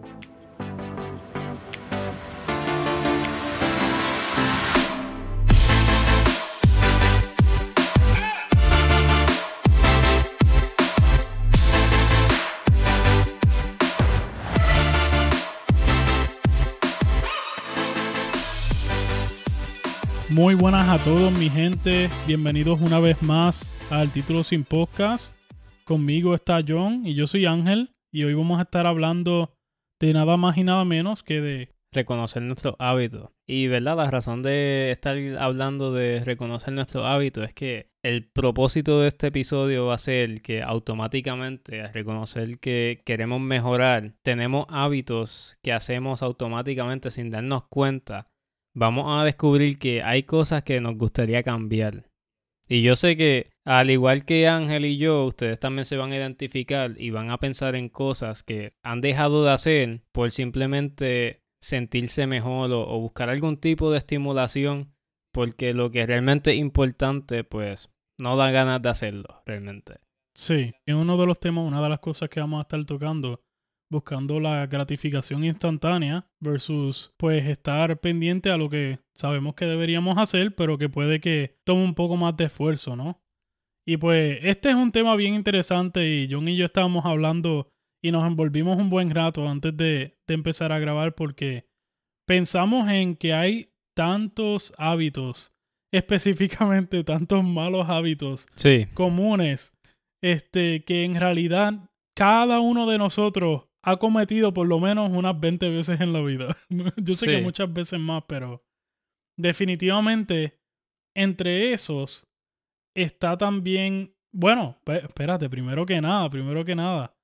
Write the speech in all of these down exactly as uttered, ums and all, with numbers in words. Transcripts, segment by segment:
Muy buenas a todos, mi gente. Bienvenidos una vez más al Título Sin Podcast. Conmigo está John y yo soy Ángel. Y hoy vamos a estar hablando de nada más y nada menos que de reconocer nuestros hábitos. Y verdad, la razón de estar hablando de reconocer nuestros hábitos es que el propósito de este episodio va a ser que automáticamente, al reconocer que queremos mejorar, tenemos hábitos que hacemos automáticamente sin darnos cuenta. Vamos a descubrir que hay cosas que nos gustaría cambiar. Y yo sé que, al igual que Ángel y yo, ustedes también se van a identificar y van a pensar en cosas que han dejado de hacer por simplemente sentirse mejor o, o buscar algún tipo de estimulación, porque lo que realmente es importante, pues, no da ganas de hacerlo, realmente. Sí, en uno de los temas, una de las cosas que vamos a estar tocando, buscando la gratificación instantánea versus pues estar pendiente a lo que sabemos que deberíamos hacer, pero que puede que tome un poco más de esfuerzo, ¿no? Y pues este es un tema bien interesante y John y yo estábamos hablando y nos envolvimos un buen rato antes de, de empezar a grabar porque pensamos en que hay tantos hábitos, específicamente tantos malos hábitos sí. comunes, este, que en realidad cada uno de nosotros ha cometido por lo menos unas veinte veces en la vida. Yo sé sí. que muchas veces más, pero definitivamente entre esos está también... Bueno, espérate, primero que nada, primero que nada.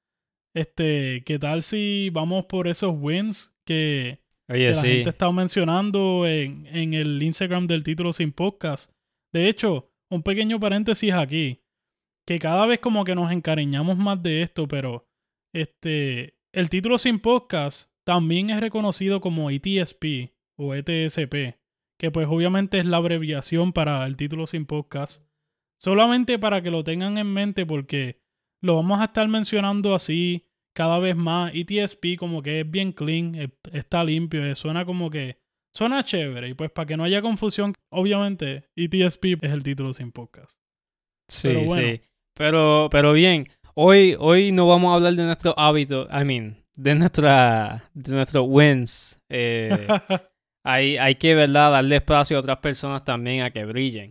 Este, ¿qué tal si vamos por esos wins que, Oye, que la sí. gente está mencionando en, en el Instagram del Título Sin Podcast? De hecho, un pequeño paréntesis aquí, que cada vez como que nos encariñamos más de esto, pero este... el Título Sin Podcast también es reconocido como E T S P o E T S P, que pues obviamente es la abreviación para el Título Sin Podcast. Solamente para que lo tengan en mente porque lo vamos a estar mencionando así cada vez más. E T S P como que es bien clean, está limpio, suena como que suena chévere. Y pues para que no haya confusión, obviamente E T S P es el Título Sin Podcast. Sí, pero bueno. sí. Pero, pero bien, hoy, hoy no vamos a hablar de nuestros hábitos, I mean, de nuestra, de nuestros wins. Eh, hay, hay que, ¿verdad?, darle espacio a otras personas también a que brillen.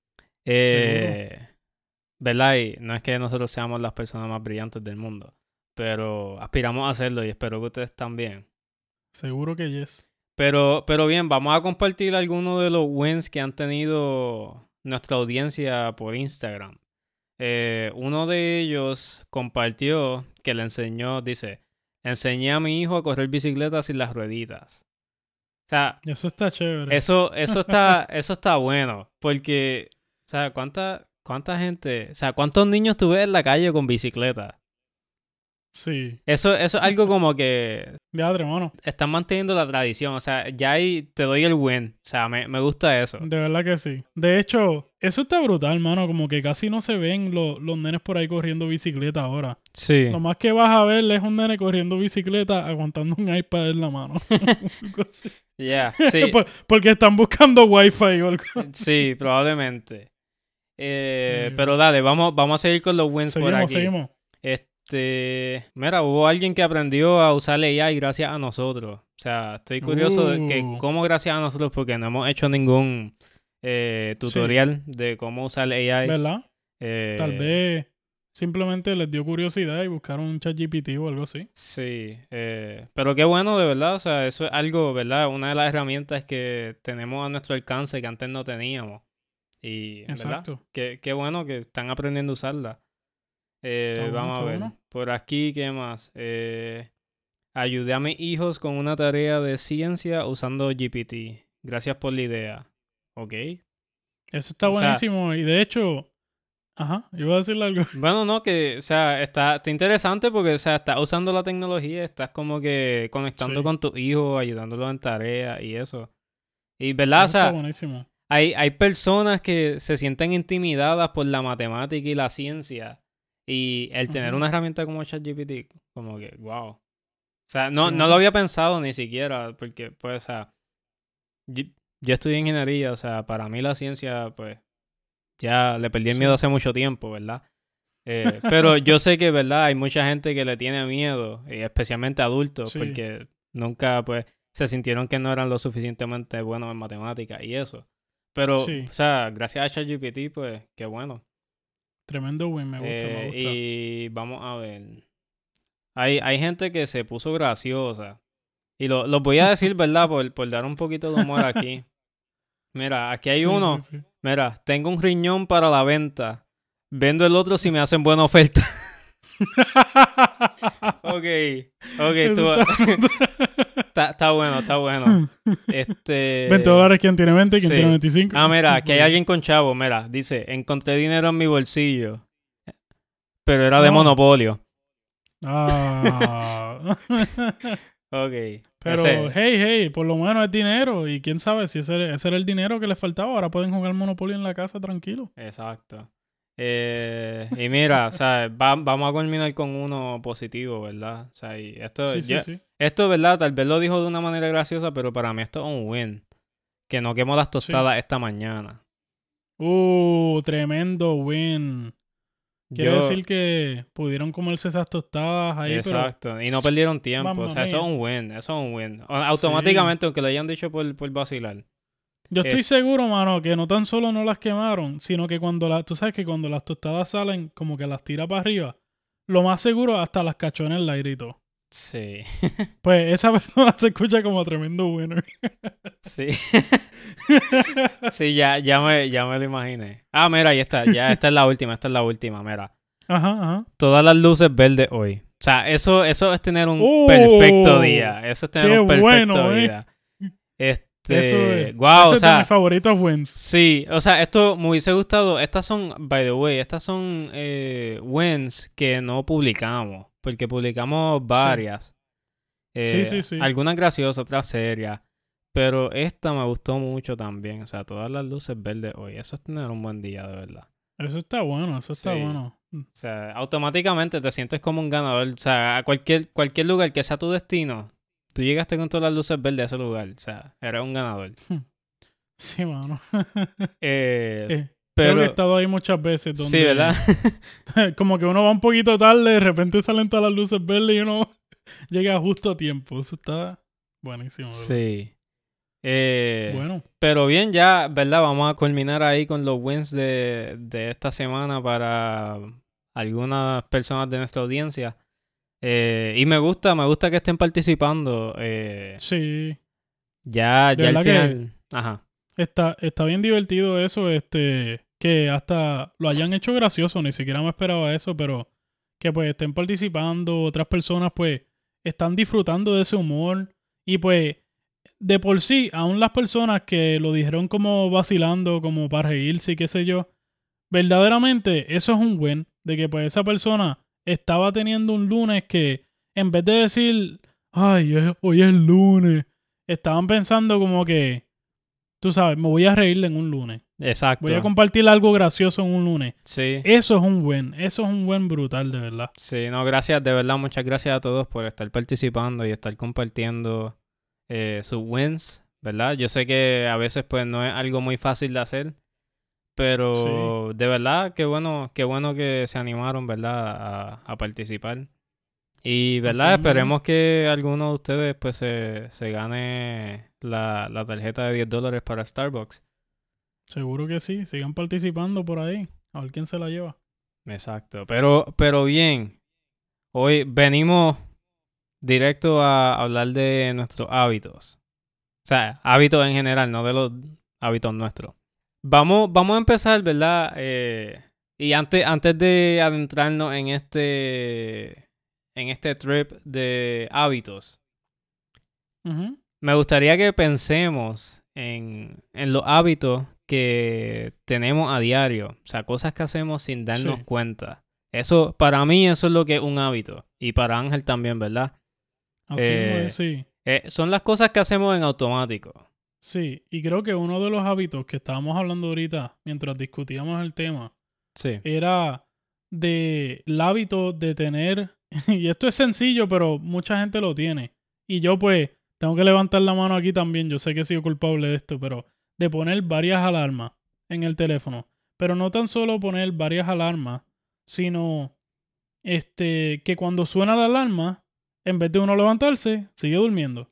Eh, ¿Verdad? Y no es que nosotros seamos las personas más brillantes del mundo, pero aspiramos a hacerlo y espero que ustedes también. Seguro que yes. Pero, pero bien, vamos a compartir algunos de los wins que han tenido nuestra audiencia por Instagram. Eh, uno de ellos compartió que le enseñó, dice, enseñé a mi hijo a correr bicicleta sin las rueditas. O sea, eso está chévere. Eso, eso está, eso está bueno, porque, o sea, cuánta, cuánta gente, o sea, cuántos niños tú ves en la calle con bicicleta. Sí. Eso, eso es algo como que Diadre, mano. están manteniendo la tradición, o sea, ya ahí te doy el win, o sea, me, me gusta eso. De verdad que sí. De hecho, eso está brutal, mano, como que casi no se ven lo, los nenes por ahí corriendo bicicleta ahora. Sí. Lo más que vas a ver es un nene corriendo bicicleta aguantando un iPad en la mano. Ya, yeah, sí. Por, porque están buscando wifi o algo. Sí, probablemente. Eh, Sí, pero sí. dale, vamos, vamos a seguir con los wins Seguimos, por aquí. seguimos. Este, mira, hubo alguien que aprendió a usar A I gracias a nosotros. O sea, estoy curioso Uh. de que cómo gracias a nosotros, porque no hemos hecho ningún eh, tutorial sí. de cómo usar A I. ¿Verdad? Eh, Tal vez simplemente les dio curiosidad y buscaron un ChatGPT o algo así. Sí, eh, pero qué bueno de verdad, o sea, eso es algo, ¿verdad? Una de las herramientas que tenemos a nuestro alcance que antes no teníamos. Y, Exacto. ¿verdad? Qué, qué bueno que están aprendiendo a usarla. Eh, bueno, vamos a ver. Bueno. Por aquí, ¿qué más? Eh, ayudé a mis hijos con una tarea de ciencia usando G P T. Gracias por la idea. ¿Ok? Eso está o buenísimo. Sea, y de hecho... Ajá, iba a decirle algo. Bueno, no, que, o sea, está, está interesante porque, o sea, estás usando la tecnología, estás como que conectando Sí. con tus hijos, ayudándolos en tareas y eso. Y, ¿verdad? Eso o sea, está buenísimo. Hay, hay personas que se sienten intimidadas por la matemática y la ciencia. Y el tener uh-huh. una herramienta como ChatGPT, como que, wow. O sea, no, Sí, no mano. lo había pensado ni siquiera, porque, pues, o sea, yo, yo estudié ingeniería, o sea, para mí la ciencia, pues, ya le perdí el miedo Sí. hace mucho tiempo, ¿verdad? Eh, pero yo sé que, ¿verdad? Hay mucha gente que le tiene miedo, y especialmente adultos, Sí. porque nunca, pues, se sintieron que no eran lo suficientemente buenos en matemáticas y eso. Pero, Sí. o sea, gracias a ChatGPT, pues, qué bueno. Tremendo win, me gusta, me Eh, gusta. y vamos a ver. Hay, hay gente que se puso graciosa. Y lo, los voy a decir, ¿verdad? Por, por dar un poquito de humor aquí. Mira, aquí hay Sí, sí, uno. sí. Mira, tengo un riñón para la venta. Vendo el otro si me hacen buena oferta. Ok, ok, Eso tú. está... Está, está bueno, está bueno. veinte Este. dólares, ¿quién tiene veinte? ¿Quién tiene Sí. veinticinco? Ah, mira, aquí hay Ok. alguien con chavo. Mira, dice: encontré dinero en mi bolsillo, pero era de No. Monopolio. Ah. Ok, Pero, ese. hey, hey, por lo menos es dinero. Y quién sabe si ese, ese era el dinero que les faltaba. Ahora pueden jugar Monopoly en la casa tranquilo. Exacto. Eh, y mira, o sea, va- vamos a culminar con uno positivo, ¿verdad? O sea, y esto, Sí, sí, yo, sí. esto, ¿verdad? Tal vez lo dijo de una manera graciosa, pero para mí esto es un win. Que no quemo las Sí. tostadas esta mañana. Uh, tremendo win. Quiere Yo, decir que pudieron comerse esas tostadas ahí, pero, exacto. Y no perdieron tiempo. O mamma sea, eso es mía. un win. Eso es un win. O- Sí. Automáticamente, aunque lo hayan dicho por, por vacilar. Yo Eh, estoy seguro, mano, que no tan solo no las quemaron, sino que cuando las, tú sabes que cuando las tostadas salen, como que las tira para arriba, lo más seguro hasta las cachó en el aire y todo. sí. Pues esa persona se escucha como tremendo winner. Sí. Sí, ya, ya me, ya me lo imaginé. Ah, mira, ahí está. Ya, esta es la última. Esta es la última. Mira. Ajá, ajá. Todas las luces verdes hoy. O sea, eso, eso es tener un perfecto ¡Oh! día. Eso es tener ¡Qué un perfecto bueno, eh! día. Eso Este, es. wow, o Ese es de mis sea, favoritos wins. sí, o sea, esto me hubiese gustado. Estas son, by the way, estas son eh, wins que no publicamos, porque publicamos Sí. varias. Sí, Eh, sí, sí. algunas graciosas, otras serias. Pero esta me gustó mucho también. O sea, todas las luces verdes hoy. Eso es tener un buen día, de verdad. Eso está bueno, eso está Sí. bueno. O sea, automáticamente te sientes como un ganador. O sea, a cualquier, cualquier lugar que sea tu destino, tú llegaste con todas las luces verdes a ese lugar. O sea, eres un ganador. Sí, mano. Eh, Eh, creo que he pero, estado ahí muchas veces sí, ¿verdad? donde como que uno va un poquito tarde, de repente salen todas las luces verdes y uno llega justo a tiempo. Eso está buenísimo, de verdad. Sí. Eh, Bueno, pero bien, ya, ¿verdad? Vamos a culminar ahí con los wins de, de esta semana para algunas personas de nuestra audiencia. Eh, y me gusta, me gusta que estén participando. Eh, sí. ya, De ya al verdad que final. Ajá. está, está bien divertido eso, este, que hasta lo hayan hecho gracioso, ni siquiera me esperaba eso, pero que pues estén participando, otras personas pues están disfrutando de ese humor y pues de por sí, aún las personas que lo dijeron como vacilando, como para reírse y qué sé yo, verdaderamente eso es un win, de que pues esa persona estaba teniendo un lunes que en vez de decir, ay, es- hoy es lunes, estaban pensando como que, tú sabes, me voy a reírle en un lunes, voy a Exacto. compartir algo gracioso en un lunes. Sí. Eso es un win, eso es un win brutal, de verdad. Sí, no, gracias, de verdad, muchas gracias a todos por estar participando y estar compartiendo eh, sus wins, ¿verdad? Yo sé que a veces pues no es algo muy fácil de hacer, Sí, pero de verdad, qué bueno, qué bueno que se animaron, ¿verdad? A, a participar. Y, así ¿verdad? mismo es. Esperemos que alguno de ustedes pues se, se gane la, la tarjeta de diez dólares para Starbucks. Seguro que sí, sigan participando por ahí, a ver quién se la lleva. Exacto, pero, pero bien, hoy venimos directo a hablar de nuestros hábitos. O sea, hábitos en general, no de los hábitos nuestros. Vamos, vamos a empezar, ¿verdad? Eh, y antes, antes de adentrarnos en este, en este trip de hábitos, Ujú. me gustaría que pensemos en, en los hábitos que tenemos a diario. O sea, cosas que hacemos sin darnos Sí, cuenta. Eso, para mí, eso es lo que es un hábito. Y para Ángel también, ¿verdad? así mismo es, Eh, sí. eh, son las cosas que hacemos en automático. Sí, y creo que uno de los hábitos que estábamos hablando ahorita, mientras discutíamos el tema, Sí, era de el hábito de tener y esto es sencillo, pero mucha gente lo tiene. Y yo pues tengo que levantar la mano aquí también. Yo sé que he sido culpable de esto, pero de poner varias alarmas en el teléfono. Pero no tan solo poner varias alarmas, sino este, que cuando suena la alarma, en vez de uno levantarse, sigue durmiendo.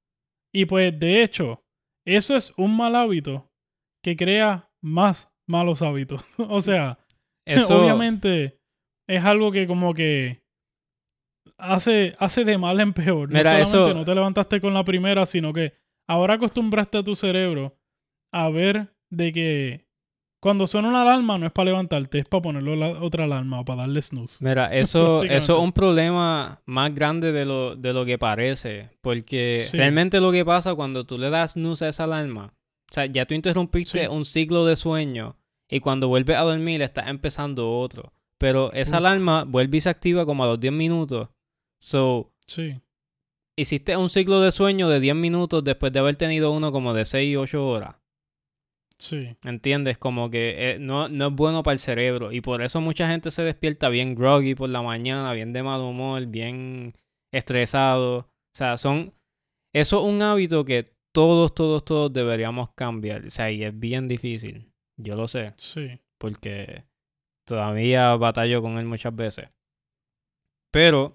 Y pues de hecho, eso es un mal hábito que crea más malos hábitos. O sea, Eso, obviamente es algo que como que hace, hace de mal en peor. No mira, solamente eso, no te levantaste con la primera, sino que ahora acostumbraste a tu cerebro a ver de que cuando suena una alarma no es para levantarte, es para ponerle la otra alarma o para darle snooze. mira, eso, eso es un problema más grande de lo, de lo que parece, porque Sí, realmente lo que pasa cuando tú le das snooze a esa alarma, o sea, ya tú interrumpiste sí. un ciclo de sueño y cuando vuelves a dormir estás empezando otro, pero esa Uf, alarma vuelve y se activa como a los diez minutos, so, sí, hiciste un ciclo de sueño de diez minutos después de haber tenido uno como de seis o ocho horas. sí. ¿Entiendes? Como que eh, no, no es bueno para el cerebro. Y por eso mucha gente se despierta bien groggy por la mañana, bien de mal humor, bien estresado. O sea, son... Eso es un hábito que todos, todos, todos deberíamos cambiar. O sea, y es bien difícil. Yo lo sé. Sí, Porque todavía batallo con él muchas veces. Pero,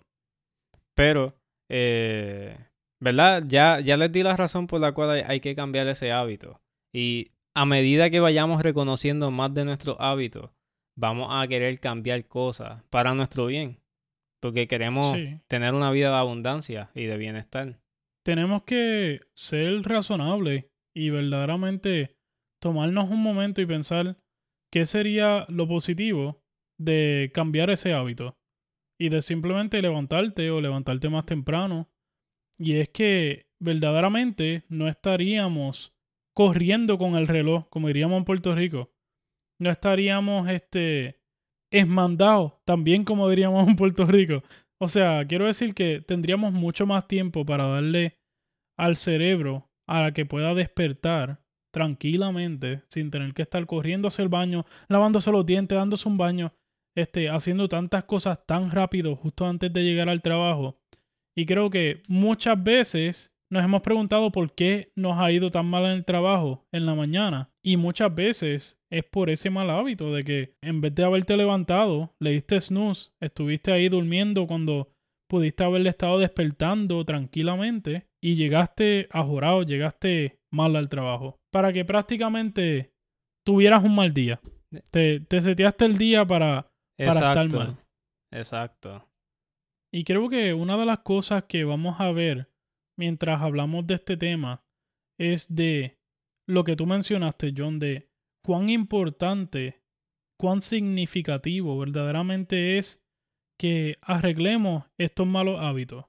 pero, eh, ¿verdad? Ya, ya les di la razón por la cual hay, hay que cambiar ese hábito. Y a medida que vayamos reconociendo más de nuestros hábitos, vamos a querer cambiar cosas para nuestro bien. Porque queremos sí. tener una vida de abundancia y de bienestar. Tenemos que ser razonables y verdaderamente tomarnos un momento y pensar qué sería lo positivo de cambiar ese hábito y de simplemente levantarte o levantarte más temprano. Y es que verdaderamente no estaríamos corriendo con el reloj, como diríamos en Puerto Rico. No estaríamos este esmandados, también como diríamos en Puerto Rico. O sea, quiero decir que tendríamos mucho más tiempo para darle al cerebro a que pueda despertar tranquilamente sin tener que estar corriendo hacia el baño, lavándose los dientes, dándose un baño, este, haciendo tantas cosas tan rápido justo antes de llegar al trabajo. Y creo que muchas veces nos hemos preguntado por qué nos ha ido tan mal en el trabajo en la mañana. Y muchas veces es por ese mal hábito de que en vez de haberte levantado, le diste snooze, estuviste ahí durmiendo cuando pudiste haberle estado despertando tranquilamente y llegaste ajorado, llegaste mal al trabajo. Para que prácticamente tuvieras un mal día. Te, te seteaste el día para, para estar Exacto, mal. exacto. Y creo que una de las cosas que vamos a ver mientras hablamos de este tema es de lo que tú mencionaste, John, de cuán importante, cuán significativo verdaderamente es que arreglemos estos malos hábitos.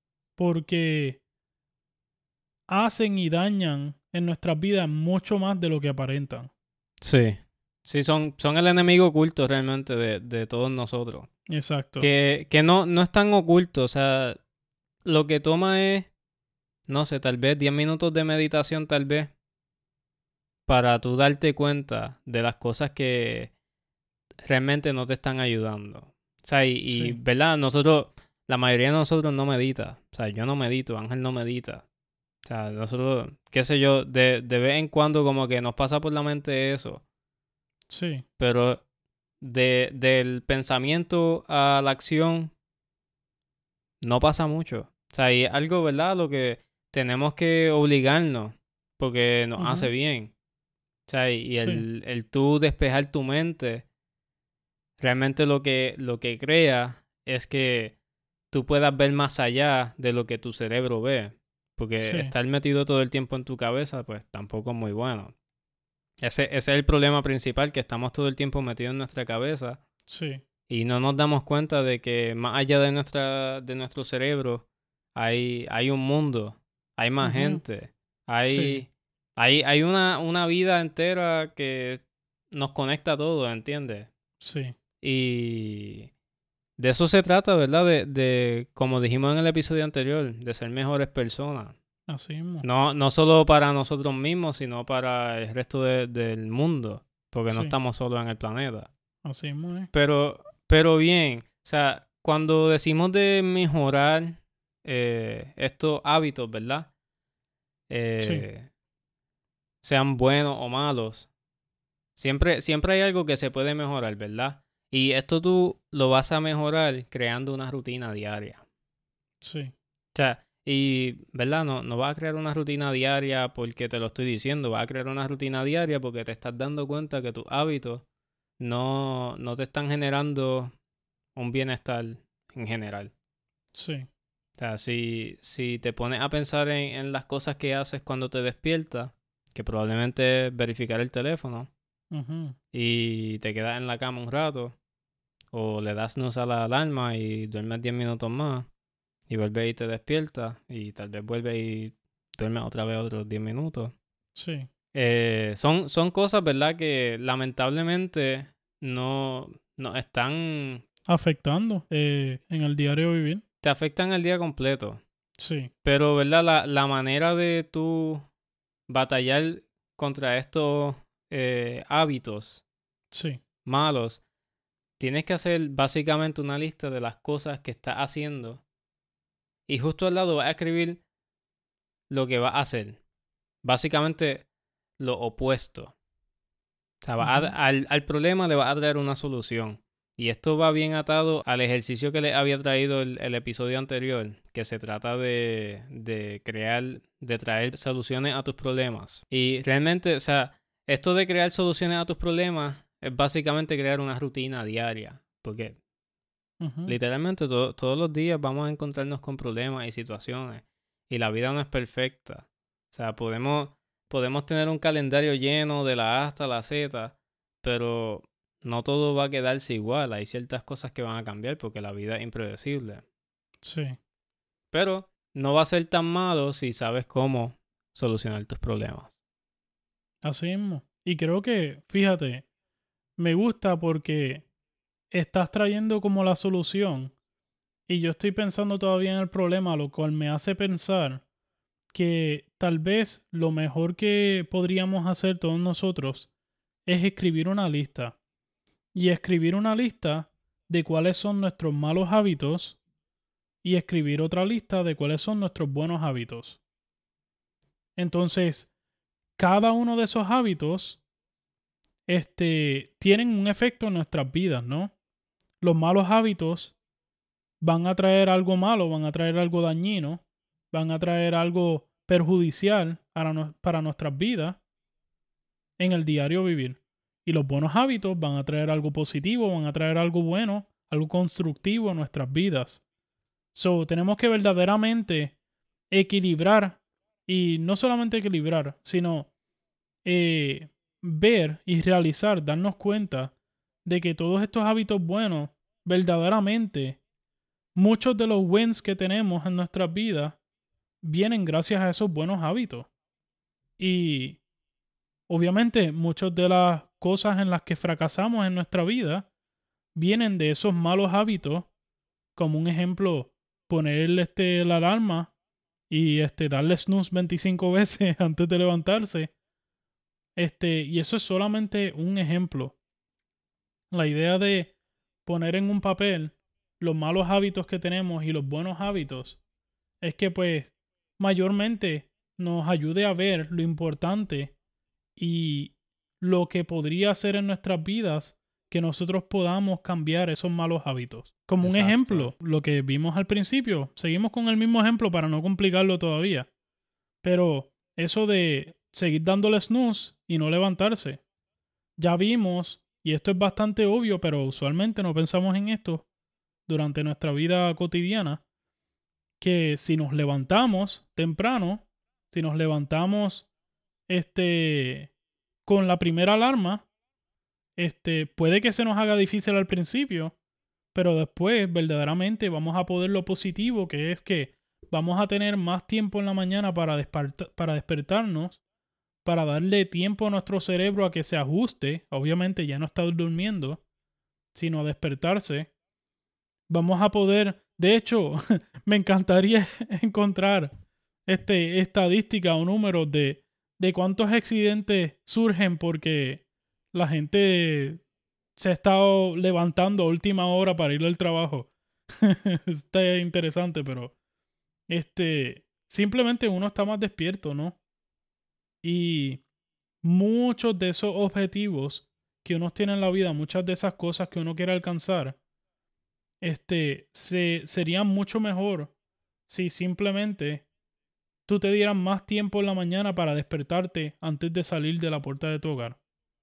Porque hacen y dañan en nuestras vidas mucho más de lo que aparentan. Sí. Sí, son, son el enemigo oculto realmente de, de todos nosotros. Exacto. Que, que no, no es tan oculto, o sea, lo que toma es, no sé, tal vez diez minutos de meditación, tal vez, para tú darte cuenta de las cosas que realmente no te están ayudando. O sea, y, y Sí. ¿verdad? Nosotros, la mayoría de nosotros no medita. O sea, yo no medito, Ángel no medita. O sea, nosotros, qué sé yo, de, de vez en cuando como que nos pasa por la mente eso. Sí. Pero de, del pensamiento a la acción no pasa mucho. O sea, y es algo, ¿verdad? Lo que tenemos que obligarnos porque nos hace Ujú. bien. O sea, y Sí. el, el tú despejar tu mente, realmente lo que, lo que crea es que tú puedas ver más allá de lo que tu cerebro ve. Porque Sí. estar metido todo el tiempo en tu cabeza, pues tampoco es muy bueno. Ese, ese es el problema principal, que estamos todo el tiempo metidos en nuestra cabeza Sí. y no nos damos cuenta de que más allá de nuestra, de nuestro cerebro hay, hay un mundo, hay más Ujú. gente, Sí. hay, hay, hay una, una vida entera que nos conecta a todos, ¿entiendes? Sí. Y de eso se trata, ¿verdad? De, de, como dijimos en el episodio anterior, de ser mejores personas. Así mismo. No, no solo para nosotros mismos, sino para el resto de- del mundo, porque no Sí. estamos solos en el planeta. Así mismo, ¿eh? Pero, pero bien, o sea, cuando decimos de mejorar eh, estos hábitos, ¿verdad? Eh, Sí, sean buenos o malos, siempre, siempre hay algo que se puede mejorar, ¿verdad? Y esto tú lo vas a mejorar creando una rutina diaria. sí. O sea, y, ¿verdad? No, no vas a crear una rutina diaria porque te lo estoy diciendo, vas a crear una rutina diaria porque te estás dando cuenta que tus hábitos no, no te están generando un bienestar en general. Sí. O sea, si, si te pones a pensar en, en las cosas que haces cuando te despiertas, que probablemente es verificar el teléfono Ujú. y te quedas en la cama un rato, o le das snooze a la alarma y duermes diez minutos más, y vuelves y te despiertas, y tal vez vuelves y duermes otra vez otros diez minutos. Sí. Eh, son, son cosas, ¿verdad? Que lamentablemente no, no están, Afectando eh, en el diario vivir. te afectan el día completo. Sí. Pero, ¿verdad? La, la manera de tú batallar contra estos eh, hábitos Sí. malos, tienes que hacer básicamente una lista de las cosas que estás haciendo y justo al lado vas a escribir lo que vas a hacer. Básicamente lo opuesto. O sea, vas a- Ujú. al, al problema le vas a traer una solución. Y esto va bien atado al ejercicio que les había traído el, el episodio anterior, que se trata de, de crear, de traer soluciones a tus problemas. Y realmente, o sea, esto de crear soluciones a tus problemas es básicamente crear una rutina diaria. Porque Ujú. literalmente to- todos los días vamos a encontrarnos con problemas y situaciones. Y la vida no es perfecta. O sea, podemos, podemos tener un calendario lleno de la A hasta la Z, pero no todo va a quedarse igual. Hay ciertas cosas que van a cambiar porque la vida es impredecible. Sí. Pero no va a ser tan malo si sabes cómo solucionar tus problemas. Así mismo. Y creo que, fíjate, me gusta porque estás trayendo como la solución y yo estoy pensando todavía en el problema, lo cual me hace pensar que tal vez lo mejor que podríamos hacer todos nosotros es escribir una lista y escribir una lista de cuáles son nuestros malos hábitos y escribir otra lista de cuáles son nuestros buenos hábitos. Entonces, cada uno de esos hábitos este, tienen un efecto en nuestras vidas, ¿no? Los malos hábitos van a traer algo malo, van a traer algo dañino, van a traer algo perjudicial para, no- para nuestras vidas en el diario vivir. Y los buenos hábitos van a traer algo positivo, van a traer algo bueno, algo constructivo a nuestras vidas. So, tenemos que verdaderamente equilibrar y no solamente equilibrar, sino eh, ver y realizar, darnos cuenta de que todos estos hábitos buenos, verdaderamente, muchos de los wins que tenemos en nuestras vidas vienen gracias a esos buenos hábitos. Y obviamente, muchas de las cosas en las que fracasamos en nuestra vida vienen de esos malos hábitos, como un ejemplo, poner este, la alarma y este, darle snooze veinticinco veces antes de levantarse. Este, y eso es solamente un ejemplo. La idea de poner en un papel los malos hábitos que tenemos y los buenos hábitos es que pues mayormente nos ayude a ver lo importante y lo que podría hacer en nuestras vidas que nosotros podamos cambiar esos malos hábitos. Como un Exacto. ejemplo, lo que vimos al principio, seguimos con el mismo ejemplo para no complicarlo todavía, pero eso de seguir dándole snooze y no levantarse, ya vimos, y esto es bastante obvio, pero usualmente no pensamos en esto durante nuestra vida cotidiana, que si nos levantamos temprano, si nos levantamos este con la primera alarma, este puede que se nos haga difícil al principio, pero después verdaderamente vamos a poder lo positivo, que es que vamos a tener más tiempo en la mañana para, desperta- para despertarnos, para darle tiempo a nuestro cerebro a que se ajuste, obviamente ya no estar durmiendo, sino a despertarse. Vamos a poder, de hecho, me encantaría encontrar este, estadística o números de, de cuántos accidentes surgen porque la gente se ha estado levantando a última hora para ir al trabajo. Está interesante, pero este, simplemente uno está más despierto, ¿no? Y muchos de esos objetivos que uno tiene en la vida, muchas de esas cosas que uno quiere alcanzar, este, se, serían mucho mejor si simplemente tú te dieras más tiempo en la mañana para despertarte antes de salir de la puerta de tu hogar.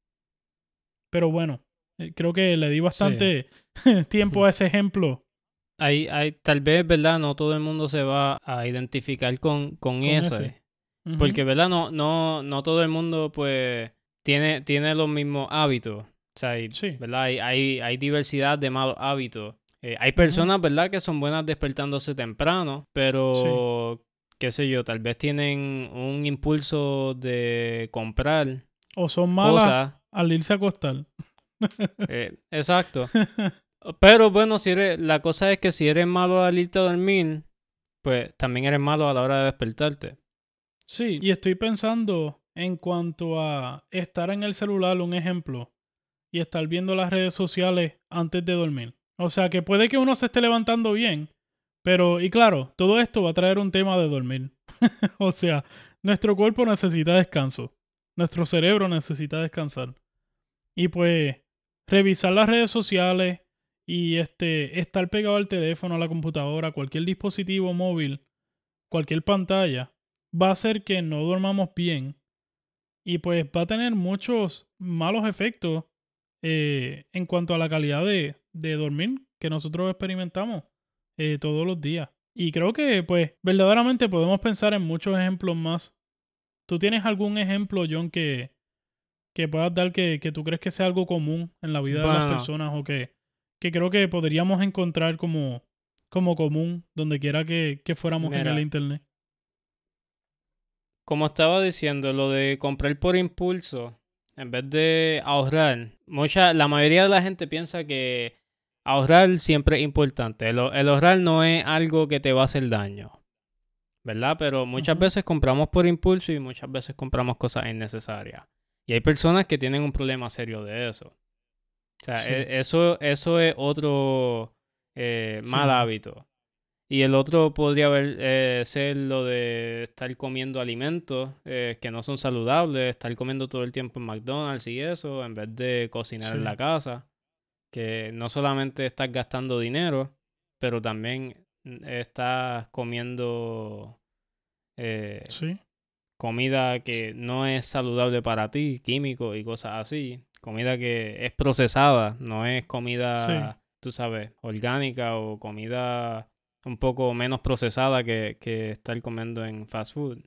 Pero bueno, eh, creo que le di Sí. bastante tiempo a ese ejemplo Hay, hay, tal vez, ¿verdad? No todo el mundo se va a identificar con, con con eso. ese. Ujú, Porque, ¿verdad? No, no, no todo el mundo, pues, tiene, tiene los mismos hábitos. O sea, hay, sí. ¿verdad? Hay, hay, hay diversidad de malos hábitos. Eh, hay Ujú, personas, ¿verdad? Que son buenas despertándose temprano, sí. pero, qué sé yo, tal vez tienen un impulso de comprar O son malas cosas. al irse a acostar. Eh, exacto. Pero bueno, si eres, la cosa es que si eres malo al irte a dormir, pues también eres malo a la hora de despertarte. Sí, y estoy pensando en cuanto a estar en el celular, un ejemplo, y estar viendo las redes sociales antes de dormir. O sea, que puede que uno se esté levantando bien, pero, y claro, todo esto va a traer un tema de dormir. O sea, nuestro cuerpo necesita descanso, nuestro cerebro necesita descansar. Y pues, revisar las redes sociales y este, estar pegado al teléfono, a la computadora, cualquier dispositivo móvil, cualquier pantalla, va a hacer que no dormamos bien y pues va a tener muchos malos efectos eh, en cuanto a la calidad de, de dormir que nosotros experimentamos eh, todos los días. Y creo que pues verdaderamente podemos pensar en muchos ejemplos más. ¿Tú tienes algún ejemplo, John, que, que puedas dar que, que tú crees que sea algo común en la vida de las Bueno, personas o que, que creo que podríamos encontrar como, como común donde quiera que, que fuéramos en el mira, internet? como estaba diciendo, lo de comprar por impulso, en vez de ahorrar, mucha, la mayoría de la gente piensa que ahorrar siempre es importante. El, el ahorrar no es algo que te va a hacer daño, ¿verdad? Pero muchas Ujú. veces compramos por impulso y muchas veces compramos cosas innecesarias. Y hay personas que tienen un problema serio de eso. O sea, Sí, e- eso, eso es otro eh, mal sí, hábito. Y el otro podría haber, eh, ser lo de estar comiendo alimentos eh, que no son saludables, estar comiendo todo el tiempo en McDonald's y eso, en vez de cocinar en sí, la casa, que no solamente estás gastando dinero, pero también mm, estás comiendo eh, sí, comida que no es saludable para ti, químicos y cosas así. Comida que es procesada, no es sí, comida, tú sabes, orgánica o comida un poco menos procesada que, que estar comiendo en fast food.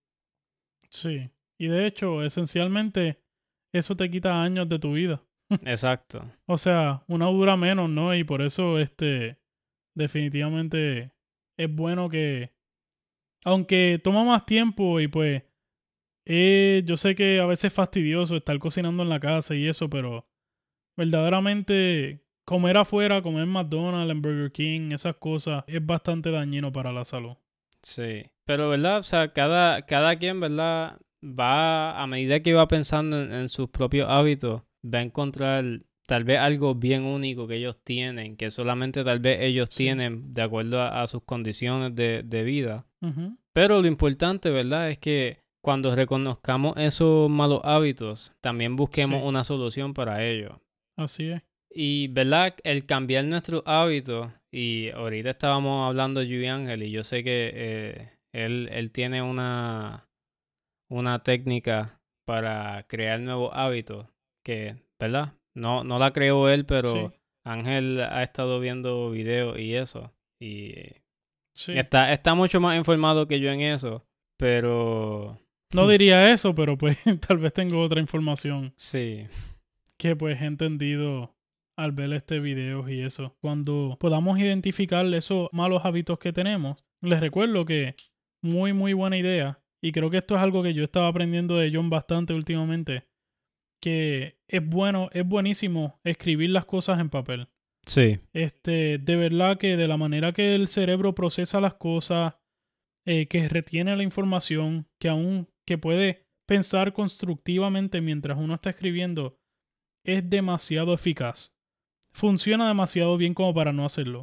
sí. Y de hecho, esencialmente, eso te quita años de tu vida. Exacto. O sea, una dura menos, ¿no? Y por eso, este, definitivamente es bueno que, aunque toma más tiempo y pues, eh, yo sé que a veces es fastidioso estar cocinando en la casa y eso, pero verdaderamente comer afuera, comer en McDonald's, en Burger King, esas cosas, es bastante dañino para la salud. Sí. Pero, ¿verdad? O sea, cada, cada quien, ¿verdad? Va, a medida que va pensando en, en sus propios hábitos, va a encontrar tal vez algo bien único que ellos tienen, que solamente tal vez ellos Sí. tienen de acuerdo a, a sus condiciones de, de vida. Ujú. Pero lo importante, ¿verdad? Es que cuando reconozcamos esos malos hábitos, también busquemos Sí, una solución para ello. así es. Y, ¿verdad? El cambiar nuestros hábitos, y ahorita estábamos hablando de Yui Ángel, y yo sé que eh, él, él tiene una, una técnica para crear nuevos hábitos, que, ¿verdad? No, no la creó él, Sí, pero Ángel ha estado viendo videos y eso, y sí. está, está mucho más informado que yo en eso, pero No diría eso, pero pues tal vez tengo otra información sí, que pues he entendido al ver este video y eso. Cuando podamos identificar esos malos hábitos que tenemos, les recuerdo que muy muy buena idea y creo que esto es algo que yo estaba aprendiendo de John bastante últimamente, que es bueno, es buenísimo escribir las cosas en papel. sí, Este, de verdad que de la manera que el cerebro procesa las cosas, eh, que retiene la información, que aún que puede pensar constructivamente mientras uno está escribiendo, es demasiado eficaz. Funciona demasiado bien como para no hacerlo.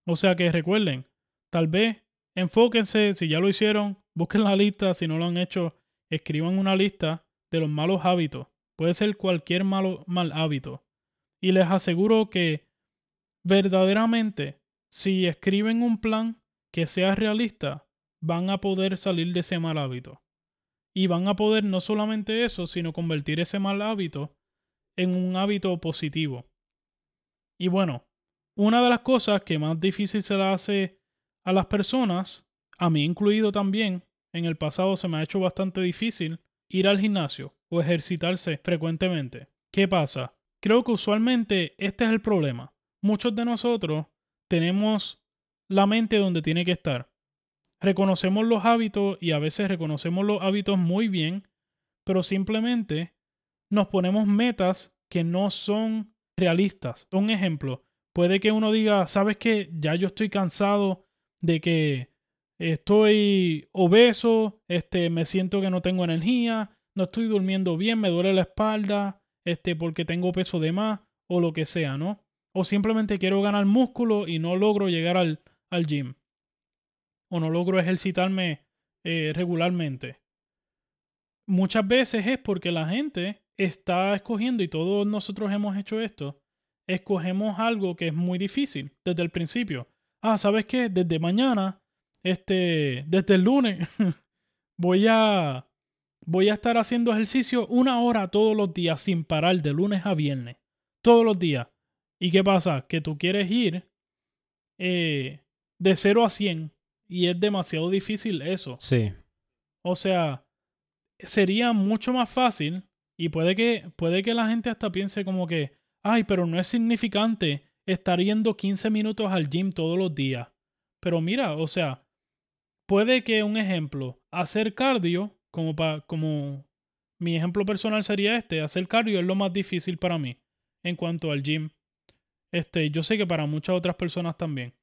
O sea que recuerden, tal vez enfóquense, si ya lo hicieron, busquen la lista, si no lo han hecho, escriban una lista de los malos hábitos. Puede ser cualquier malo, mal hábito. Y les aseguro que verdaderamente, si escriben un plan que sea realista, van a poder salir de ese mal hábito. Y van a poder no solamente eso, sino convertir ese mal hábito en un hábito positivo. Y bueno, una de las cosas que más difícil se le hace a las personas, a mí incluido también, en el pasado se me ha hecho bastante difícil ir al gimnasio o ejercitarse frecuentemente. ¿Qué pasa? Creo que usualmente este es el problema. Muchos de nosotros tenemos la mente donde tiene que estar. Reconocemos los hábitos y a veces reconocemos los hábitos muy bien, pero simplemente nos ponemos metas que no son realistas. Un ejemplo, puede que uno diga, ¿sabes qué? Ya yo estoy cansado de que estoy obeso, este, me siento que no tengo energía, no estoy durmiendo bien, me duele la espalda, este, porque tengo peso de más o lo que sea, ¿no? O simplemente quiero ganar músculo y no logro llegar al, al gym o no logro ejercitarme eh, regularmente. Muchas veces es porque la gente está escogiendo, y todos nosotros hemos hecho esto, escogemos algo que es muy difícil desde el principio. Ah, ¿sabes qué? Desde mañana, este, desde el lunes, voy a, voy a estar haciendo ejercicio una hora todos los días sin parar, de lunes a viernes. Todos los días. ¿Y qué pasa? Que tú quieres ir eh, de cero a cien y es demasiado difícil eso. Sí. O sea, sería mucho más fácil y puede que, puede que la gente hasta piense como que, ay, pero no es significante estar yendo quince minutos al gym todos los días. Pero mira, o sea, puede que un ejemplo, hacer cardio, como, pa, como mi ejemplo personal sería este, hacer cardio es lo más difícil para mí en cuanto al gym. Este, yo sé que para muchas otras personas también.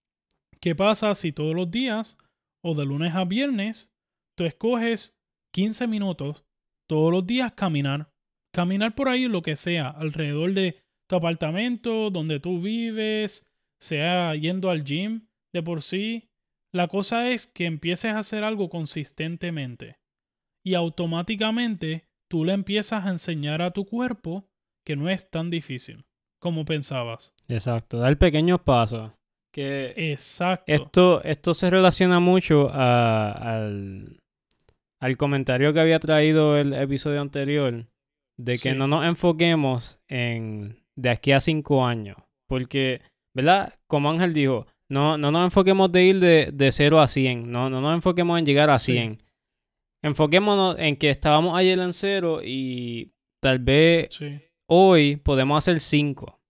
¿Qué pasa si todos los días o de lunes a viernes tú escoges quince minutos todos los días caminar? Caminar por ahí lo que sea, alrededor de tu apartamento, donde tú vives, sea yendo al gym de por sí. La cosa es que empieces a hacer algo consistentemente y automáticamente tú le empiezas a enseñar a tu cuerpo que no es tan difícil como pensabas. Exacto, dar pequeños pasos. Que Exacto. esto, esto se relaciona mucho a- al, al comentario que había traído el episodio anterior, de que Sí. no nos enfoquemos en de aquí a cinco años. Porque, ¿verdad? Como Ángel dijo, no, no nos enfoquemos de ir de, de cero a cien. No, no nos enfoquemos en llegar a Sí. cien. Enfoquémonos en que estábamos ayer en cero y tal vez Sí, hoy podemos hacer cinco.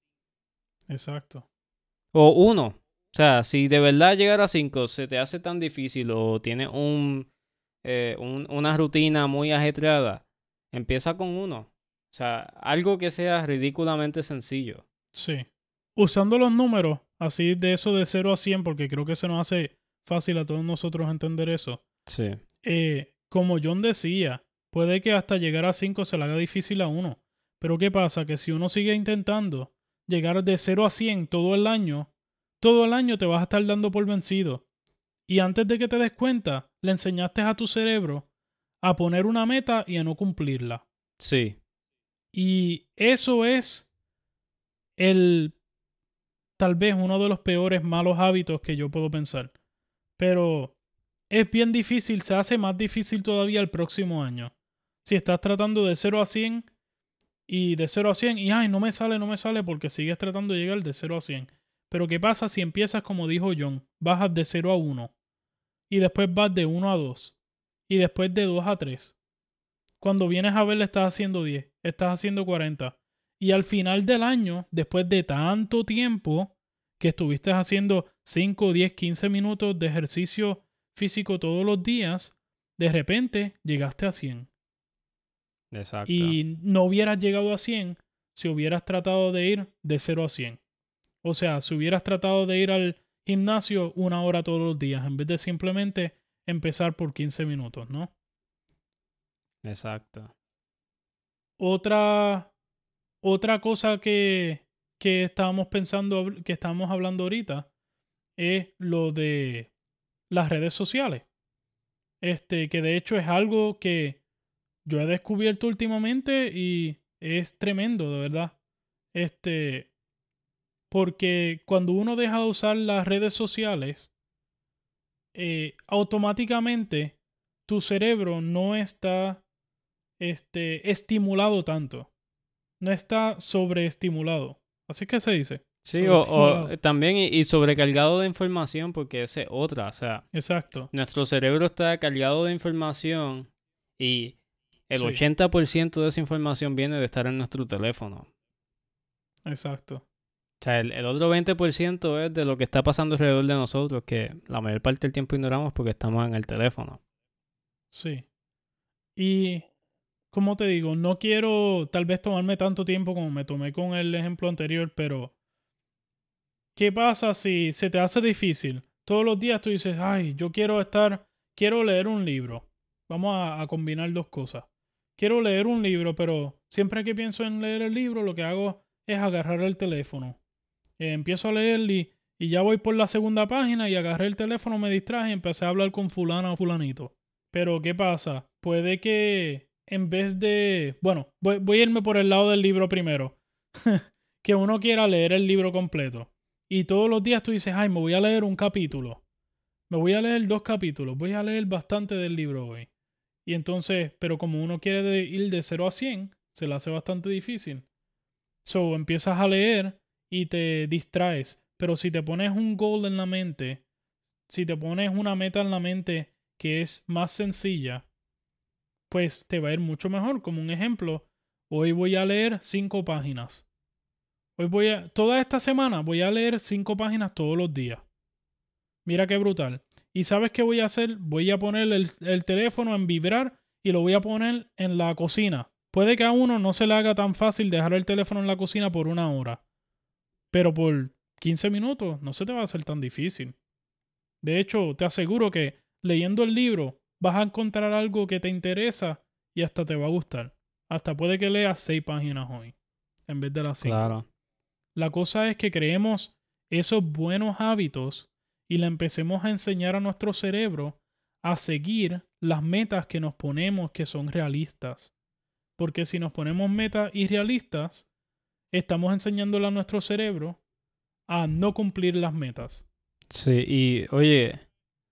exacto. O uno. O sea, si de verdad llegar a cinco se te hace tan difícil o tienes un, eh, un- una rutina muy ajetreada, empieza con uno. O sea, algo que sea ridículamente sencillo. Sí. Usando los números, así de eso de cero a cien, porque creo que se nos hace fácil a todos nosotros entender eso. Sí. Eh, como John decía, puede que hasta llegar a cinco se le haga difícil a uno. Pero ¿qué pasa? Que si uno sigue intentando llegar de cero a cien todo el año, todo el año te vas a estar dando por vencido. Y antes de que te des cuenta, le enseñaste a tu cerebro a poner una meta y a no cumplirla. Sí. Y eso es el tal vez uno de los peores malos hábitos que yo puedo pensar. Pero es bien difícil, se hace más difícil todavía el próximo año. Si estás tratando de cero a cien y de cero a cien y ay, no me sale, no me sale porque sigues tratando de llegar de cero a cien. Pero ¿qué pasa si empiezas como dijo John? Bajas de cero a uno y después vas de uno a dos y después de dos a tres. Cuando vienes a ver le estás haciendo diez, estás haciendo cuarenta. Y al final del año, después de tanto tiempo que estuviste haciendo cinco, diez, quince minutos de ejercicio físico todos los días, de repente llegaste a cien. Exacto. Y no hubieras llegado a cien si hubieras tratado de ir de cero a cien. O sea, si hubieras tratado de ir al gimnasio una hora todos los días, en vez de simplemente empezar por quince minutos, ¿no? Exacto. Otra, otra cosa que, que estábamos pensando, que estábamos hablando ahorita, es lo de las redes sociales. Este, que de hecho es algo que yo he descubierto últimamente y es tremendo, de verdad. Este, porque cuando uno deja de usar las redes sociales, eh, automáticamente tu cerebro no está este, estimulado tanto. No está sobreestimulado. Así que se dice. Sí, o, o Sobreestimulado. también y, y sobrecargado de información, porque esa es otra. O sea, Exacto. nuestro cerebro está cargado de información y el Sí, ochenta por ciento de esa información viene de estar en nuestro teléfono. exacto. O sea, el, el otro veinte por ciento es de lo que está pasando alrededor de nosotros, que la mayor parte del tiempo ignoramos porque estamos en el teléfono. Sí. Y como te digo, no quiero tal vez tomarme tanto tiempo como me tomé con el ejemplo anterior, pero ¿qué pasa si se te hace difícil? Todos los días tú dices, ay, yo quiero estar, quiero leer un libro. Vamos a, a combinar dos cosas. Quiero leer un libro, pero siempre que pienso en leer el libro, lo que hago es agarrar el teléfono. Eh, empiezo a leer y, y ya voy por la segunda página y agarré el teléfono, me distraje y empecé a hablar con fulana o fulanito. Pero ¿qué pasa? Puede que en vez de... Bueno, voy, voy a irme por el lado del libro primero. Que uno quiera leer el libro completo. Y todos los días tú dices, ay, me voy a leer un capítulo. Me voy a leer dos capítulos. Voy a leer bastante del libro hoy. Y entonces, pero como uno quiere de- ir de cero a cien, se le hace bastante difícil. So, empiezas a leer y te distraes. Pero si te pones un goal en la mente, si te pones una meta en la mente que es más sencilla, pues te va a ir mucho mejor. Como un ejemplo, hoy voy a leer cinco páginas. Hoy voy a, toda esta semana voy a leer cinco páginas todos los días. Mira qué brutal. ¿Y sabes qué voy a hacer? Voy a poner el, el teléfono en vibrar y lo voy a poner en la cocina. Puede que a uno no se le haga tan fácil dejar el teléfono en la cocina por una hora, pero por quince minutos no se te va a hacer tan difícil. De hecho, te aseguro que leyendo el libro vas a encontrar algo que te interesa y hasta te va a gustar. Hasta puede que leas seis páginas hoy en vez de las cinco. Claro. La cosa es que creemos esos buenos hábitos y le empecemos a enseñar a nuestro cerebro a seguir las metas que nos ponemos que son realistas. Porque si nos ponemos metas irrealistas, estamos enseñándole a nuestro cerebro a no cumplir las metas. Sí, y oye,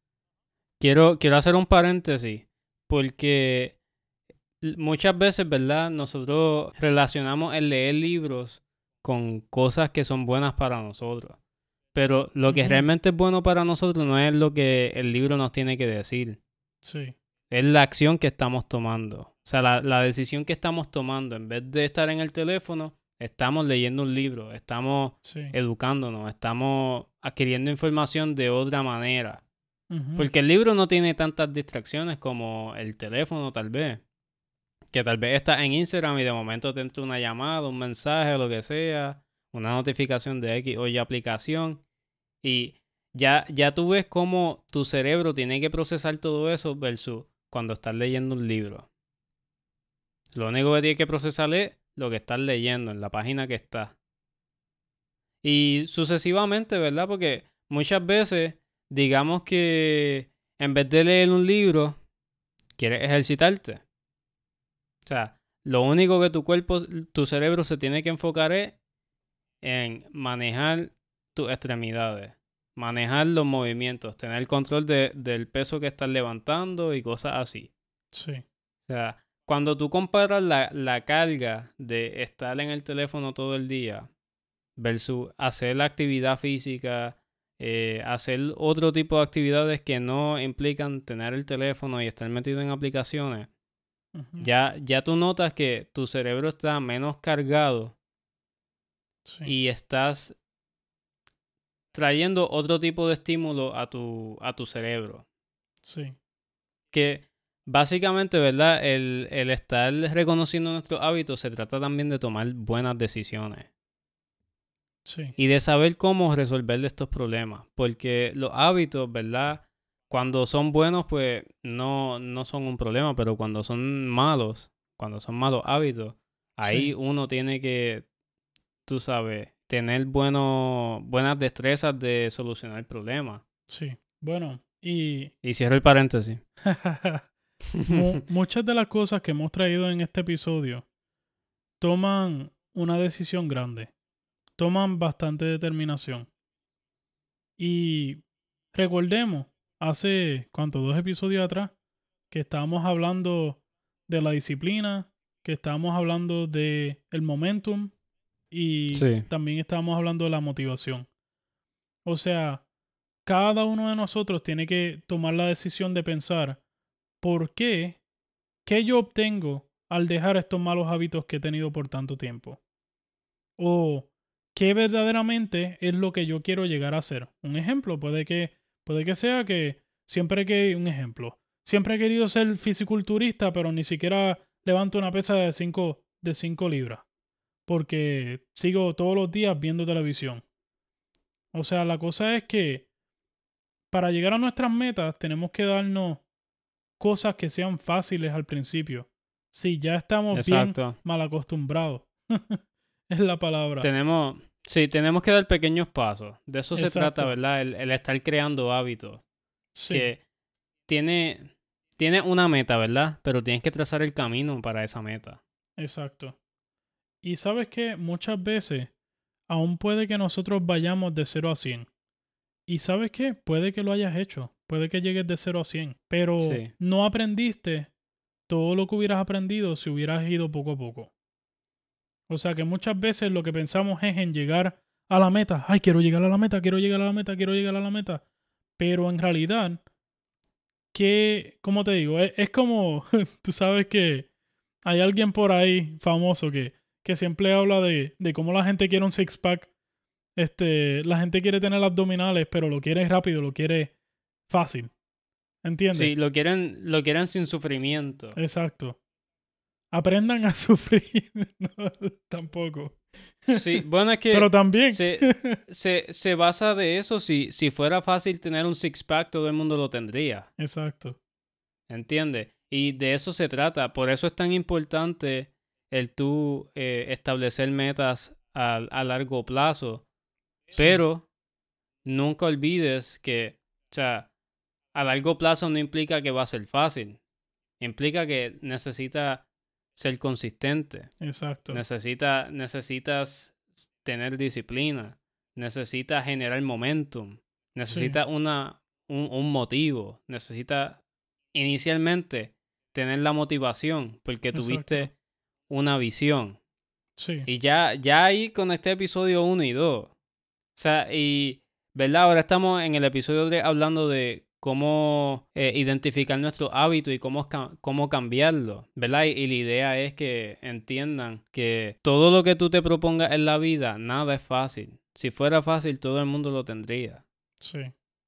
quiero, quiero hacer un paréntesis, porque l- muchas veces, ¿verdad? Nosotros relacionamos el leer libros con cosas que son buenas para nosotros. Pero lo que Ujú. realmente es bueno para nosotros no es lo que el libro nos tiene que decir. Sí, Es la acción que estamos tomando. O sea, la, la decisión que estamos tomando. En vez de estar en el teléfono, estamos leyendo un libro, estamos sí. educándonos, estamos adquiriendo información de otra manera. Ujú. Porque el libro no tiene tantas distracciones como el teléfono, tal vez. Que tal vez estás en Instagram y de momento te entra una llamada, un mensaje, lo que sea, una notificación de X o Y aplicación. Y ya, ya tú ves cómo tu cerebro tiene que procesar todo eso versus cuando estás leyendo un libro. Lo único que tiene que procesar es lo que estás leyendo en la página que estás. Y sucesivamente, ¿verdad? Porque muchas veces, digamos que en vez de leer un libro, quieres ejercitarte. O sea, lo único que tu cuerpo, tu cerebro se tiene que enfocar es en manejar tus extremidades, manejar los movimientos, tener control de, del peso que estás levantando y cosas así. Sí, O sea, cuando tú comparas la, la carga de estar en el teléfono todo el día versus hacer la actividad física, eh, hacer otro tipo de actividades que no implican tener el teléfono y estar metido en aplicaciones, ujú. ya, ya tú notas que tu cerebro está menos cargado Sí, y estás trayendo otro tipo de estímulo a tu, a tu cerebro. sí, Que básicamente, ¿verdad? El, el estar reconociendo nuestros hábitos se trata también de tomar buenas decisiones sí, y de saber cómo resolver estos problemas. Porque los hábitos, ¿verdad? Cuando son buenos, pues no, no son un problema, pero cuando son malos, cuando son malos hábitos, ahí sí, uno tiene que, tú sabes, tener bueno, buenas destrezas de solucionar problemas. Sí. Bueno, y Y cierro el paréntesis. mu- muchas de las cosas que hemos traído en este episodio toman una decisión grande, toman bastante determinación. Y recordemos, hace, ¿cuánto? Dos episodios atrás, que estábamos hablando de la disciplina, que estábamos hablando de el momentum y Sí. también estábamos hablando de la motivación. O sea, cada uno de nosotros tiene que tomar la decisión de pensar, ¿por qué? ¿Qué yo obtengo al dejar estos malos hábitos que he tenido por tanto tiempo? O qué verdaderamente es lo que yo quiero llegar a ser. Un ejemplo, puede que, puede que sea que siempre que, un ejemplo, siempre he querido ser fisiculturista, pero ni siquiera levanto una pesa de cinco de cinco libras, porque sigo todos los días viendo televisión. O sea, la cosa es que para llegar a nuestras metas tenemos que darnos cosas que sean fáciles al principio. Si ya estamos bien Exacto. mal acostumbrados, es la palabra. Tenemos, sí, tenemos que dar pequeños pasos. De eso se trata, Exacto. ¿verdad? El, el estar creando hábitos. Sí, Que tiene, tiene una meta, ¿verdad? Pero tienes que trazar el camino para esa meta. exacto. Y sabes que muchas veces aún puede que nosotros vayamos de cero a cien. Y sabes qué, puede que lo hayas hecho, puede que llegues de cero a cien, pero Sí. no aprendiste todo lo que hubieras aprendido si hubieras ido poco a poco. O sea que muchas veces lo que pensamos es en llegar a la meta. Ay, quiero llegar a la meta, quiero llegar a la meta, quiero llegar a la meta. Pero en realidad, ¿qué, cómo te digo? Es, es como, tú sabes que hay alguien por ahí famoso que, que siempre habla de, de cómo la gente quiere un six-pack. Este, la gente quiere tener abdominales, pero lo quiere rápido, lo quiere fácil. ¿Entiendes? Sí, lo quieren, lo quieren sin sufrimiento. Exacto. Aprendan a sufrir. No, tampoco. Sí, bueno, es Pero que también. se, se, se basa de eso. Si, si fuera fácil tener un six-pack, todo el mundo lo tendría. Exacto. ¿Entiendes? Y de eso se trata. Por eso es tan importante el tú eh, establecer metas a, a largo plazo. Sí. Pero nunca olvides que, o sea, a largo plazo no implica que va a ser fácil. Implica que necesita ser consistente. Exacto. Necesita, necesitas tener disciplina. Necesitas generar momentum. Necesitas Sí. una, un, un motivo. Necesitas inicialmente tener la motivación porque Exacto. tuviste una visión. Sí. Y ya, ya ahí con este episodio uno y dos. O sea, y, ¿verdad? Ahora estamos en el episodio tres hablando de cómo eh, identificar nuestros hábitos y cómo, cómo cambiarlos, ¿verdad? Y, y la idea es que entiendan que todo lo que tú te propongas en la vida, nada es fácil. Si fuera fácil, todo el mundo lo tendría. Sí.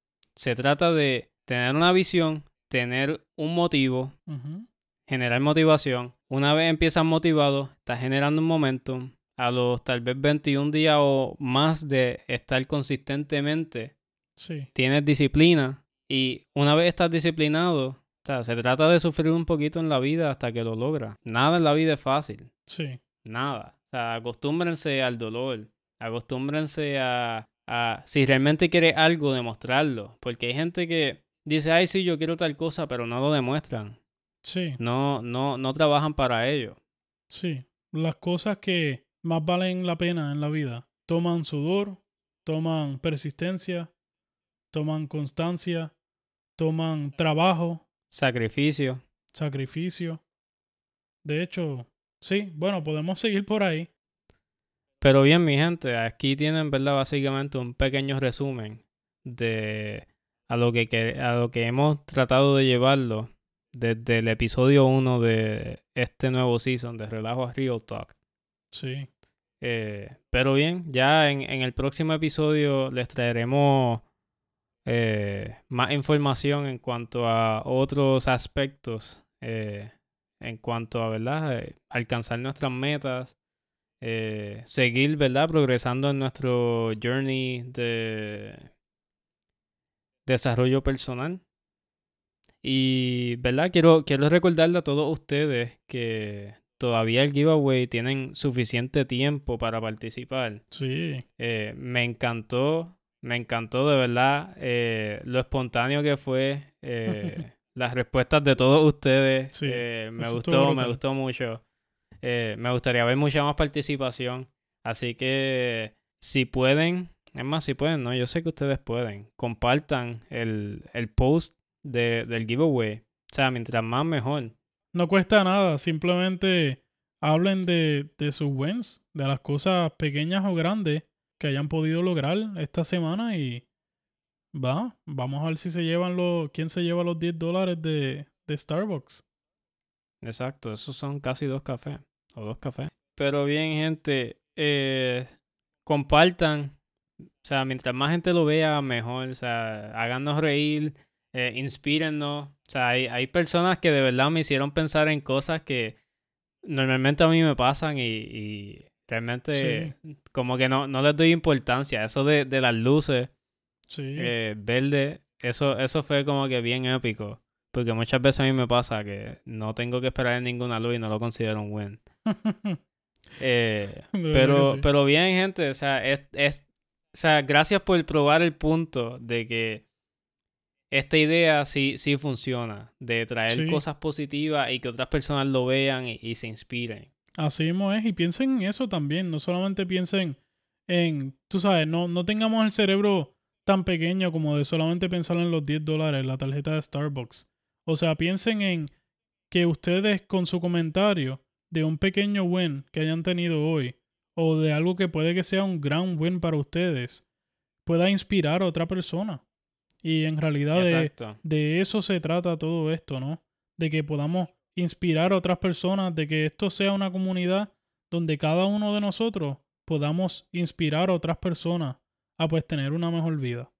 Se trata de tener una visión, tener un motivo, Uh-huh. generar motivación. Una vez empiezas motivado, estás generando un momentum. A los tal vez veintiún días o más de estar consistentemente, Sí. tienes disciplina. Y una vez estás disciplinado, o sea, se trata de sufrir un poquito en la vida hasta que lo logras. Nada en la vida es fácil. Sí. Nada. O sea, acostúmbrense al dolor. Acostúmbrense a, a si realmente quieres algo, demostrarlo. Porque hay gente que dice, ay, sí, yo quiero tal cosa, pero no lo demuestran. Sí. No, no, no trabajan para ello. Sí. Las cosas que más valen la pena en la vida toman sudor, toman persistencia, toman constancia, toman trabajo, Sacrificio. sacrificio. De hecho, sí, bueno, podemos seguir por ahí. Pero bien, mi gente, aquí tienen, ¿verdad? Básicamente un pequeño resumen de a lo que, que- a lo que hemos tratado de llevarlo desde el episodio uno de este nuevo season de Relajo a Real Talk. Sí. Eh, pero bien, ya en, en el próximo episodio les traeremos eh, más información en cuanto a otros aspectos, eh, en cuanto a, ¿verdad? Eh, alcanzar nuestras metas, eh, seguir, ¿verdad? Progresando en nuestro journey de desarrollo personal. Y, ¿verdad? Quiero, quiero recordarle a todos ustedes que todavía el giveaway tienen suficiente tiempo para participar. Sí. Eh, me encantó, me encantó de verdad eh, lo espontáneo que fue, eh, las respuestas de todos ustedes. Sí, eh, me eso gustó, estuvo me brutal. gustó mucho. Eh, me gustaría ver mucha más participación. Así que si pueden, es más, si pueden, no, yo sé que ustedes pueden, compartan el, el post de, del giveaway. O sea, mientras más mejor. No cuesta nada, simplemente hablen de, de sus wins, de las cosas pequeñas o grandes que hayan podido lograr esta semana y va, vamos a ver si se llevan los, quién se lleva los diez dólares de, de Starbucks. Exacto, esos son casi dos cafés, o dos cafés. Pero bien, gente, eh, compartan, o sea, mientras más gente lo vea, mejor, o sea, háganos reír, eh, inspírennos. O sea, hay, hay personas que de verdad me hicieron pensar en cosas que normalmente a mí me pasan y, y realmente Sí. como que no, no les doy importancia. Eso de, de las luces Sí. eh, verdes, eso, eso fue como que bien épico. Porque muchas veces a mí me pasa que no tengo que esperar en ninguna luz y no lo considero un win. Eh, De verdad pero, que sí. pero bien, gente, o sea, es, es, o sea, gracias por probar el punto de que esta idea sí, sí funciona, de traer Sí. cosas positivas y que otras personas lo vean y, y se inspiren. Así mismo es, y piensen en eso también, no solamente piensen en, tú sabes, no, no tengamos el cerebro tan pequeño como de solamente pensar en los diez dólares, la tarjeta de Starbucks. O sea, piensen en que ustedes con su comentario de un pequeño win que hayan tenido hoy, o de algo que puede que sea un gran win para ustedes, pueda inspirar a otra persona. Y en realidad de, Exacto. de eso se trata todo esto, ¿no? De que podamos inspirar a otras personas, de que esto sea una comunidad donde cada uno de nosotros podamos inspirar a otras personas a pues tener una mejor vida.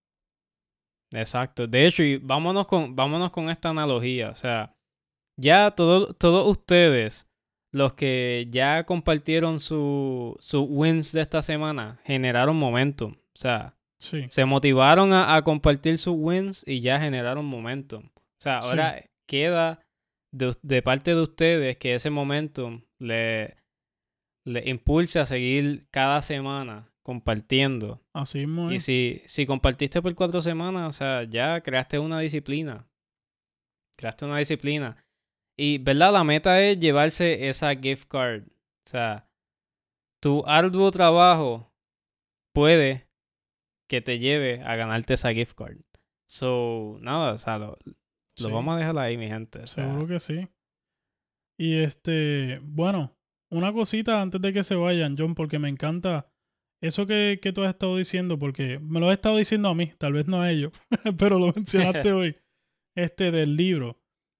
Exacto. De hecho, y vámonos con, vámonos con esta analogía. O sea, ya todo, todos ustedes, los que ya compartieron sus su wins de esta semana, generaron momentum. O sea, Sí, se motivaron a, a compartir sus wins y ya generaron momentum. O sea, Sí. ahora queda de, de parte de ustedes que ese momentum le, le impulse a seguir cada semana compartiendo. así mismo Y es. si, si compartiste por cuatro semanas, o sea, ya creaste una disciplina. Creaste una disciplina. Y, ¿verdad? La meta es llevarse esa gift card. O sea, tu arduo trabajo puede que te lleve a ganarte esa gift card. So, nada, o sea, lo, Sí, lo vamos a dejar ahí, mi gente. O sea, seguro que sí. Y este, bueno, una cosita antes de que se vayan, John, porque me encanta eso que, que tú has estado diciendo, porque me lo has estado diciendo a mí, tal vez no a ellos, pero lo mencionaste hoy, este del libro.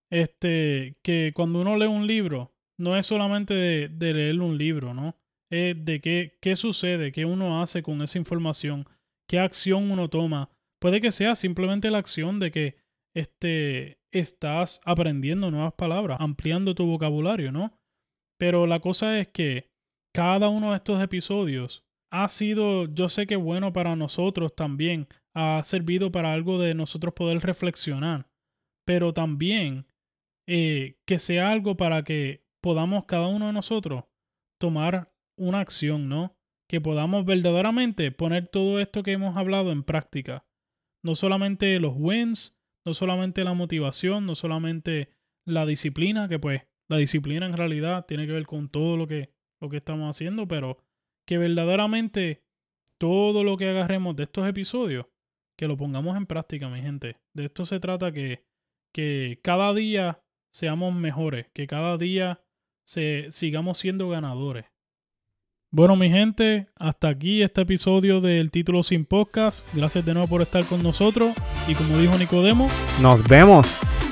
Este, que cuando uno lee un libro, no es solamente de, de leer un libro, ¿no? Es de qué, qué sucede, qué uno hace con esa información, qué acción uno toma. Puede que sea simplemente la acción de que este, estás aprendiendo nuevas palabras, ampliando tu vocabulario, ¿no? Pero la cosa es que cada uno de estos episodios ha sido, yo sé que bueno para nosotros también, ha servido para algo de nosotros poder reflexionar, pero también eh, que sea algo para que podamos cada uno de nosotros tomar una acción, ¿no? Que podamos verdaderamente poner todo esto que hemos hablado en práctica. No solamente los wins, no solamente la motivación, no solamente la disciplina, que pues la disciplina en realidad tiene que ver con todo lo que, lo que estamos haciendo, pero que verdaderamente todo lo que agarremos de estos episodios, que lo pongamos en práctica, mi gente. De esto se trata, que, que cada día seamos mejores, que cada día se, sigamos siendo ganadores. Bueno, mi gente, hasta aquí este episodio del Título Sin Podcast. Gracias de nuevo por estar con nosotros. Y como dijo Nicodemo, nos vemos.